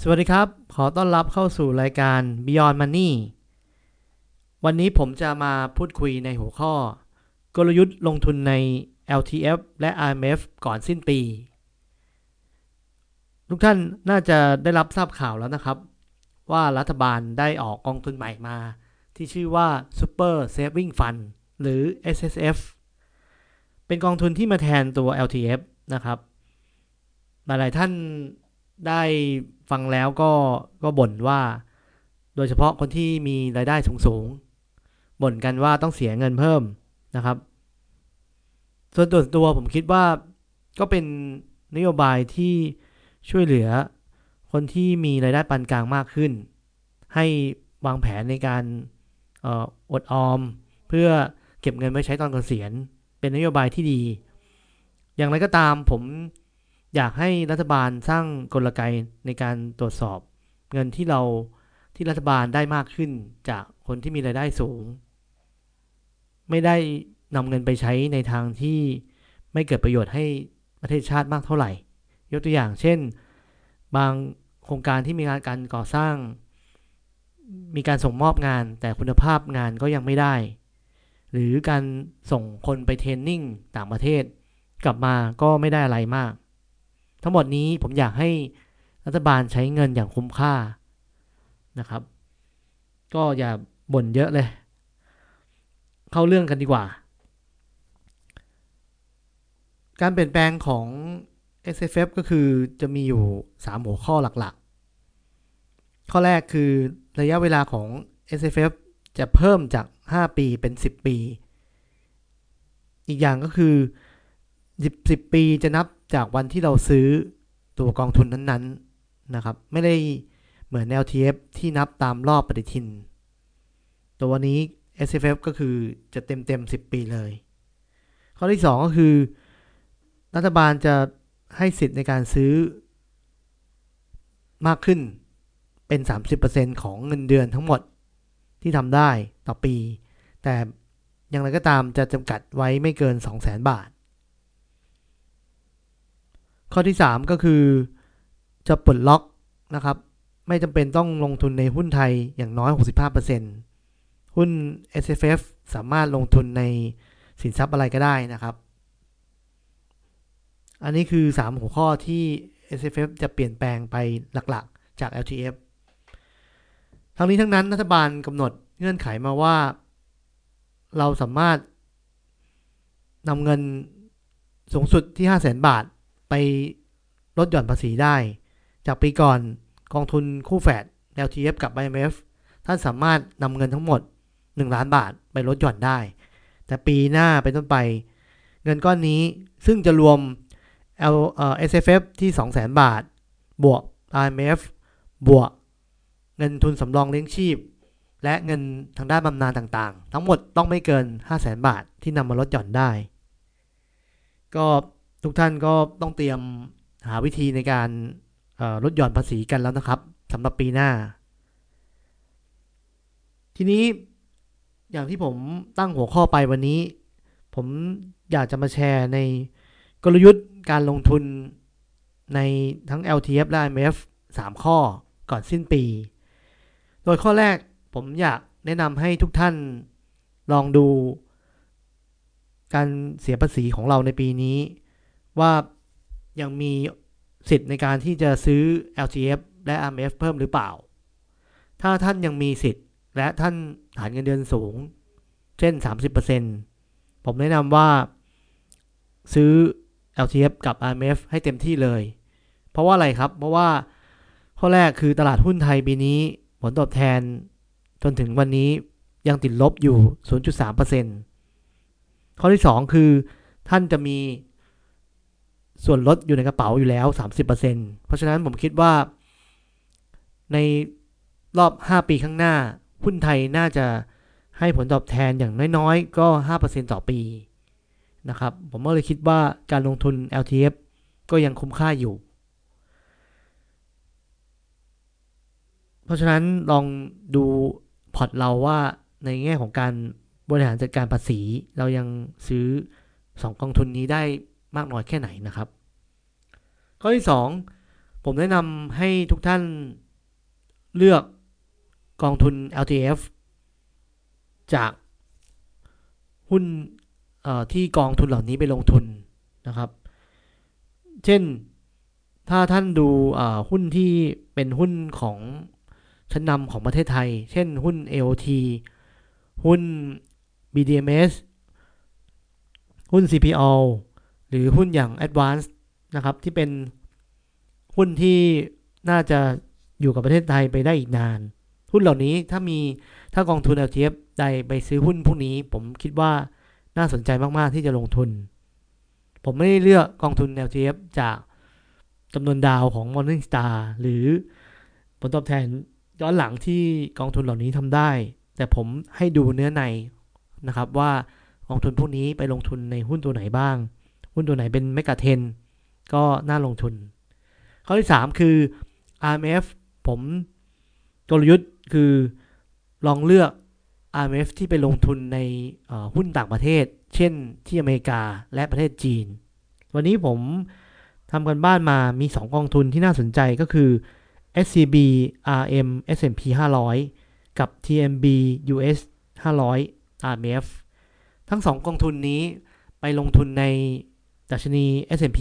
สวัสดีครับขอต้อนรับเข้าสู่รายการ Beyond Money วันนี้ผมจะมาพูดคุยในหัวข้อกลยุทธ์ลงทุนใน LTF และ IMF ก่อนสิ้นปีทุกท่านน่าจะได้รับทราบข่าวแล้วนะครับว่ารัฐบาลได้ออกกองทุนใหม่มาที่ชื่อว่า Super Saving Fund หรือ SSF เป็นกองทุนที่มาแทนตัว LTF นะครับหลายๆท่านได้ฟังแล้วก็บ่นว่าโดยเฉพาะคนที่มีรายได้สูงๆบ่นกันว่าต้องเสียเงินเพิ่มนะครับส่วนตัวผมคิดว่าก็เป็นนโยบายที่ช่วยเหลือคนที่มีรายได้ปานกลางมากขึ้นให้วางแผนในการอดออมเพื่อเก็บเงินไว้ใช้ตอนเกษียณเป็นนโยบายที่ดีอย่างไรก็ตามผมอยากให้รัฐบาลสร้างกลไกในการตรวจสอบเงินที่รัฐบาลได้มากขึ้นจากคนที่มีรายได้สูงไม่ได้นำเงินไปใช้ในทางที่ไม่เกิดประโยชน์ให้ประเทศชาติมากเท่าไหร่ยกตัวอย่างเช่นบางโครงการที่มีการก่อสร้างมีการส่งมอบงานแต่คุณภาพงานก็ยังไม่ได้หรือการส่งคนไปเทรนนิ่งต่างประเทศกลับมาก็ไม่ได้อะไรมากทั้งหมดนี้ผมอยากให้รัฐบาลใช้เงินอย่างคุ้มค่านะครับก็อย่าบ่นเยอะเลยเข้าเรื่องกันดีกว่าการเปลี่ยนแปลงของ SFF ก็คือจะมีอยู่3หัวข้อหลักๆข้อแรกคือระยะเวลาของ SFF จะเพิ่มจาก5ปีเป็น10ปีอีกอย่างก็คือ10ปีจะนับจากวันที่เราซื้อตัวกองทุนนั้นๆนะครับไม่ได้เหมือน LTF ที่นับตามรอบปฏิทินตัวนี้ SFF ก็คือจะเต็ม10ปีเลยข้อที่2ก็คือรัฐบาลจะให้สิทธิ์ในการซื้อมากขึ้นเป็น 30% ของเงินเดือนทั้งหมดที่ทำได้ต่อปีแต่อย่างไรก็ตามจะจำกัดไว้ไม่เกิน 200,000 บาทข้อที่3ก็คือจะปลดล็อกนะครับไม่จำเป็นต้องลงทุนในหุ้นไทยอย่างน้อย 65% หุ้น SFF สามารถลงทุนในสินทรัพย์อะไรก็ได้นะครับอันนี้คือ3หัวข้อที่ SFF จะเปลี่ยนแปลงไปหลักๆจาก LTF ทั้งนี้ทั้งนั้นรัฐบาลกำหนดเงื่อนไขมาว่าเราสามารถนำเงินสูงสุดที่ 500,000 บาทไปลดหย่อนภาษีได้จากปีก่อนกองทุนคู่แฝด LTF กับ IMF ท่านสามารถนำเงินทั้งหมด1ล้านบาทไปลดหย่อนได้แต่ปีหน้าเป็นต้นไปเงินก้อนนี้ซึ่งจะรวม SFF ที่ 200,000 บาทบวก IMF บวกเงินทุนสำรองเลี้ยงชีพและเงินทางด้านบำนาญต่างๆทั้งหมดต้องไม่เกิน 500,000 บาทที่นำมาลดหย่อนได้ก็ทุกท่านก็ต้องเตรียมหาวิธีในการลดหย่อนภาษีกันแล้วนะครับสำหรับปีหน้าทีนี้อย่างที่ผมตั้งหัวข้อไปวันนี้ผมอยากจะมาแชร์ในกลยุทธ์การลงทุนในทั้ง LTF และ IMF 3 ข้อก่อนสิ้นปีโดยข้อแรกผมอยากแนะนำให้ทุกท่านลองดูการเสียภาษีของเราในปีนี้ว่ายังมีสิทธิ์ในการที่จะซื้อ LTF และ IMF เพิ่มหรือเปล่าถ้าท่านยังมีสิทธิ์และท่านฐานเงินเดือนสูงเช่น 30% ผมแนะนำว่าซื้อ LTF กับ IMF ให้เต็มที่เลยเพราะว่าอะไรครับเพราะว่าข้อแรกคือตลาดหุ้นไทยปีนี้ผลตอบแทนจนถึงวันนี้ยังติดลบอยู่ 0.3% ข้อที่2คือท่านจะมีส่วนลดอยู่ในกระเป๋าอยู่แล้ว 30% เพราะฉะนั้นผมคิดว่าในรอบ5ปีข้างหน้าหุ้นไทยน่าจะให้ผลตอบแทนอย่างน้อยๆก็ 5% ต่อปีนะครับผมก็เลยคิดว่าการลงทุน LTF ก็ยังคุ้มค่าอยู่เพราะฉะนั้นลองดูพอร์ตเราว่าในแง่ของการบริหารจัดการภาษีเรายังซื้อ2กองทุนนี้ได้มากน้อยแค่ไหนนะครับข้อที่2 ผมแนะนำให้ทุกท่านเลือกกองทุน LTF จากหุ้นที่กองทุนเหล่านี้ไปลงทุนนะครับเช่นถ้าท่านดูหุ้นที่เป็นหุ้นของชั้นนำของประเทศไทยเช่นหุ้น AOT หุ้น BDMs หุ้น CPO หรือหุ้นอย่าง Advance นะครับที่เป็นหุ้นที่น่าจะอยู่กับประเทศไทยไปได้อีกนานหุ้นเหล่านี้ถ้ากองทุน LTF ได้ไปซื้อหุ้นพวกนี้ผมคิดว่าน่าสนใจมากๆที่จะลงทุนผมไม่ได้เลือกกองทุน LTF จากจำนวนดาวของ Morningstar หรือผลตอบแทนย้อนหลังที่กองทุนเหล่านี้ทำได้แต่ผมให้ดูเนื้อในนะครับว่ากองทุนพวกนี้ไปลงทุนในหุ้นตัวไหนบ้างหุ้นตัวไหนเป็นเมกะเทรนด์ก็น่าลงทุนข้อที่3คือ RMF ผมกลยุทธ์คือลองเลือก RMF ที่ไปลงทุนในหุ้นต่างประเทศเช่นที่อเมริกาและประเทศจีนวันนี้ผมทำกันบ้านมามี2กองทุนที่น่าสนใจก็คือ SCB RM S&P 500 กับ TMB US 500 RMF ทั้ง2กองทุนนี้ไปลงทุนในดัชนี S&P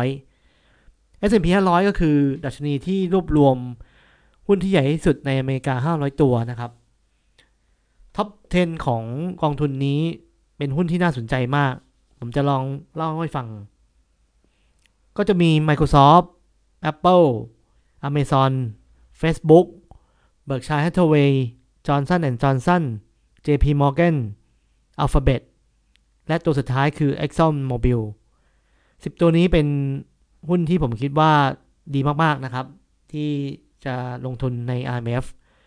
500 S&P 500 ก็คือดัชนีที่รวบรวมหุ้นที่ใหญ่ที่สุดในอเมริกา500ตัวนะครับท็อป 10 ของกองทุนนี้เป็นหุ้นที่น่าสนใจมากผมจะลองเล่าให้ฟังก็จะมี Microsoft Apple Amazon Facebook Berkshire Hathaway Johnson & Johnson JP Morgan Alphabet และตัวสุดท้ายคือ Exxon Mobil 10ตัวนี้เป็นหุ้นที่ผมคิดว่าดีมากๆนะครับที่จะลงทุนใน RMF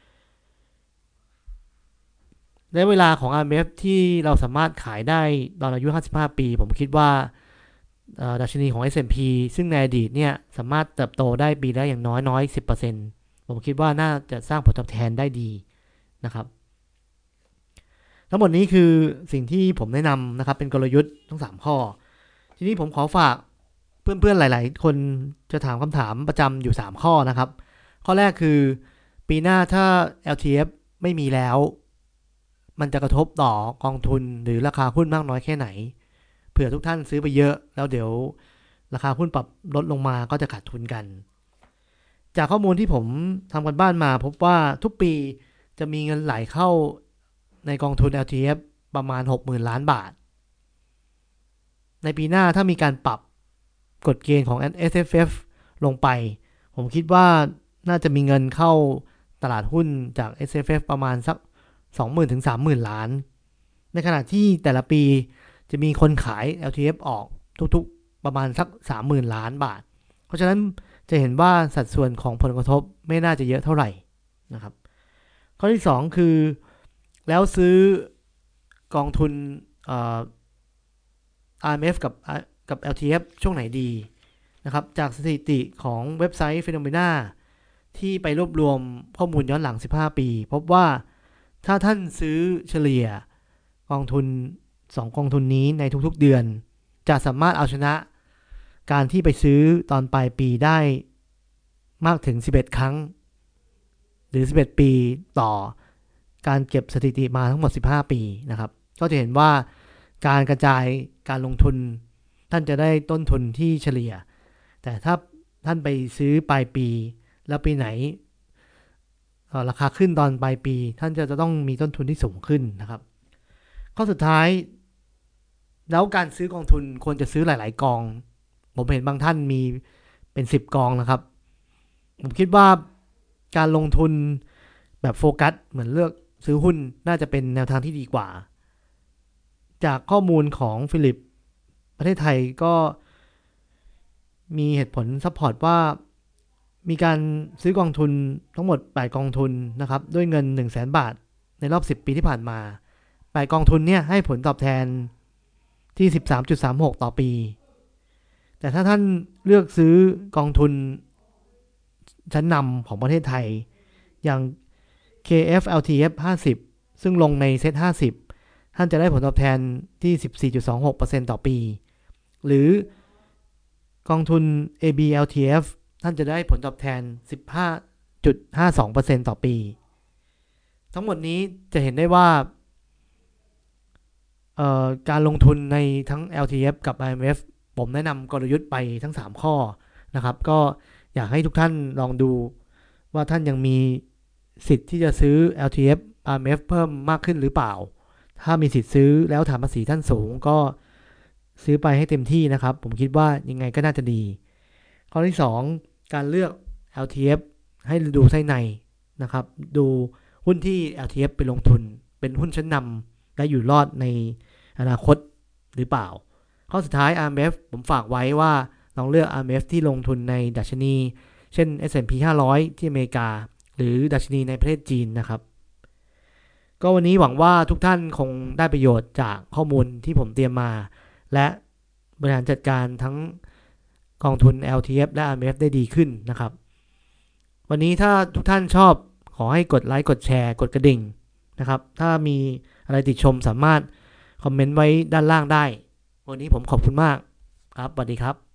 และเวลาของ RMF ที่เราสามารถขายได้ตอนอายุ55ปีผมคิดว่าดัชนีของ S&P ซึ่งในอดีตเนี่ยสามารถเติบโตได้ปีละอย่างน้อย 10% ผมคิดว่าน่าจะสร้างผลตอบแทนได้ดีนะครับทั้งหมดนี้คือสิ่งที่ผมแนะนำนะครับเป็นกลยุทธ์ทั้ง3ข้อทีนี้ผมขอฝากเพื่อนๆหลายๆคนจะถามคำถามประจำอยู่3ข้อนะครับข้อแรกคือปีหน้าถ้า LTF ไม่มีแล้วมันจะกระทบต่อกองทุนหรือราคาหุ้นมากน้อยแค่ไหนเผื่อทุกท่านซื้อไปเยอะแล้วเดี๋ยวราคาหุ้นปรับลดลงมาก็จะขาดทุนกันจากข้อมูลที่ผมทำกันบ้านมาพบว่าทุกปีจะมีเงินไหลเข้าในกองทุน LTF ประมาณ 60,000 ล้านบาทในปีหน้าถ้ามีการปรับกฎเกณฑ์ของ SFF ลงไปผมคิดว่าน่าจะมีเงินเข้าตลาดหุ้นจาก SFF ประมาณสัก 20,000 ถึง 30,000 ล้านในขณะที่แต่ละปีจะมีคนขาย LTF ออกทุกๆประมาณสัก 30,000 ล้านบาทเพราะฉะนั้นจะเห็นว่าสัดส่วนของผลกระทบไม่น่าจะเยอะเท่าไหร่นะครับข้อที่2คือแล้วซื้อกองทุนRMF กับ LTF ช่วงไหนดีนะครับจากสถิติของเว็บไซต์ Phenomena ที่ไปรวบรวมข้อมูลย้อนหลัง15ปีพบว่าถ้าท่านซื้อเฉลี่ยกองทุน2กองทุนนี้ในทุกๆเดือนจะสามารถเอาชนะการที่ไปซื้อตอนปลายปีได้มากถึง11ครั้งหรือ11ปีต่อการเก็บสถิติมาทั้งหมด15ปีนะครับก็จะเห็นว่าการกระจายการลงทุนท่านจะได้ต้นทุนที่เฉลี่ยแต่ถ้าท่านไปซื้อปลายปีแล้วปีไหนราคาขึ้นตอนปลายปีท่านจะต้องมีต้นทุนที่สูงขึ้นนะครับข้อสุดท้ายแล้วการซื้อกองทุนควรจะซื้อหลายๆกองผมเห็นบางท่านมีเป็น10กองนะครับผมคิดว่าการลงทุนแบบโฟกัสเหมือนเลือกซื้อหุ้นน่าจะเป็นแนวทางที่ดีกว่าจากข้อมูลของฟิลิปประเทศไทยก็มีเหตุผลซัพพอร์ตว่ามีการซื้อกองทุนทั้งหมด8กองทุนนะครับด้วยเงิน 100,000 บาทในรอบ10ปีที่ผ่านมา8กองทุนเนี่ยให้ผลตอบแทนที่ 13.36 ต่อปีแต่ถ้าท่านเลือกซื้อกองทุนชั้นนำของประเทศไทยอย่าง KF LTF 50ซึ่งลงในเซ็ต50ท่านจะได้ผลตอบแทนที่ 14.26% ต่อปีหรือกองทุน AB LTF ท่านจะได้ผลตอบแทน 15.52% ต่อปีทั้งหมดนี้จะเห็นได้ว่าการลงทุนในทั้ง LTF กับ IMF ผมแนะนำกลยุทธ์ไปทั้ง3ข้อนะครับก็อยากให้ทุกท่านลองดูว่าท่านยังมีสิทธิ์ที่จะซื้อ LTF IMF เพิ่มมากขึ้นหรือเปล่าถ้ามีสิทธิ์ซื้อแล้วฐานภาษีท่านสูงก็ซื้อไปให้เต็มที่นะครับผมคิดว่ายังไงก็น่าจะดีข้อที่2การเลือก LTF ให้ดูไส้ในนะครับดูหุ้นที่ LTF ไปลงทุนเป็นหุ้นชั้นนำและอยู่รอดในอนาคตหรือเปล่าข้อสุดท้าย RMF ผมฝากไว้ว่าลองเลือก RMF ที่ลงทุนในดัชนีเช่น S&P 500 ที่อเมริกาหรือดัชนีในประเทศจีนนะครับก็วันนี้หวังว่าทุกท่านคงได้ประโยชน์จากข้อมูลที่ผมเตรียมมาและบริหารจัดการทั้งกองทุน LTF และ RMF ได้ดีขึ้นนะครับวันนี้ถ้าทุกท่านชอบขอให้กดไลค์กดแชร์กดกระดิ่งนะครับถ้ามีอะไรติชมสามารถคอมเมนต์ไว้ด้านล่างได้วันนี้ผมขอบคุณมากครับสวัสดีครับ